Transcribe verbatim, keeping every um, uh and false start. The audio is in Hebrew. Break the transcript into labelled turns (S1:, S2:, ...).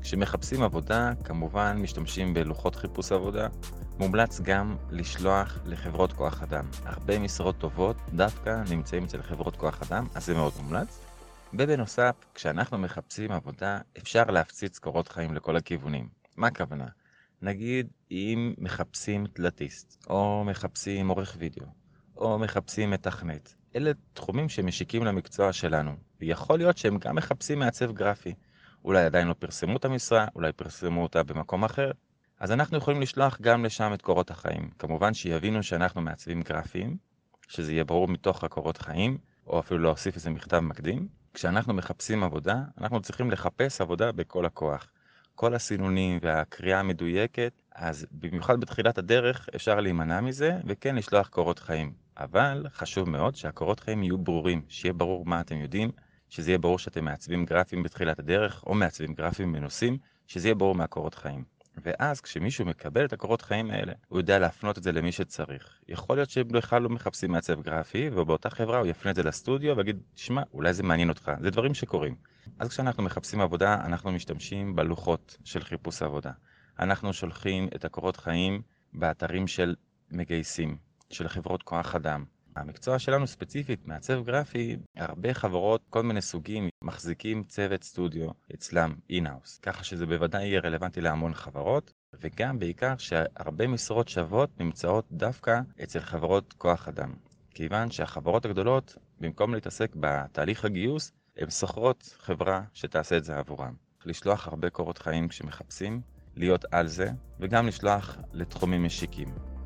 S1: כשמחפשים עבודה, כמובן משתמשים בלוחות חיפוש עבודה. מומלץ גם לשלוח לחברות כוח אדם. הרבה משרות טובות דווקא נמצאים אצל חברות כוח אדם, אז זה מאוד מומלץ. ובנוסף, כשאנחנו מחפשים עבודה, אפשר להפציץ קורות חיים לכל הכיוונים. מה הכוונה? נגיד, אם מחפשים תלתיסט, או מחפשים עורך וידאו, או מחפשים מתכנת. אלה תחומים שמשיקים למקצוע שלנו, ויכול להיות שהם גם מחפשים מעצב גרפי. אולי עדיין לא פרסמו את המשרה, אולי פרסמו אותה במקום אחר. אז אנחנו יכולים לשלוח גם לשם את קורות החיים. כמובן שיבינו שאנחנו מעצבים גרפיים, שזה יהיה ברור מתוך הקורות חיים, או אפילו להוסיף איזה מכתב מקדים. כשאנחנו מחפשים עבודה, אנחנו צריכים לחפש עבודה בכל הכוח. כל הסינונים והקריאה המדויקת, אז במיוחד בתחילת הדרך אפשר להימנע מזה, וכן לשלוח קורות חיים. אבל חשוב מאוד שהקורות חיים יהיו ברורים, שיהיה ברור מה אתם יודעים, שזה יהיה ברור שאתם מעצבים גרפיים בתחילת הדרך, או מעצבים גרפיים מנוסים, שזה יהיה ברור מהקורות חיים. ואז כשמישהו מקבל את הקורות חיים האלה, הוא יודע להפנות את זה למי שצריך. יכול להיות שבכלל לא מחפשים מעצב גרפי, ובאותה חברה הוא יפנה את זה לסטודיו ויגיד, תשמע, אולי זה מעניין אותך. זה דברים שקורים. אז כשאנחנו מחפשים עבודה, אנחנו משתמשים בלוחות של חיפוש עבודה. אנחנו שולחים את הקורות חיים באתרים של מגייסים, של חברות כוח אדם. המקצוע שלנו ספציפית, מעצב גרפי, הרבה חברות, כל מיני סוגים, מחזיקים צוות סטודיו אצלם, אין-האוס. ככה שזה בוודאי יהיה רלוונטי להמון חברות, וגם בעיקר שהרבה משרות שוות נמצאות דווקא אצל חברות כוח אדם. כיוון שהחברות הגדולות, במקום להתעסק בתהליך הגיוס, הן שוכרות חברה שתעשה את זה עבורם. לשלוח הרבה קורות חיים כשמחפשים, להיות על זה, וגם לשלוח לתחומים משיקים.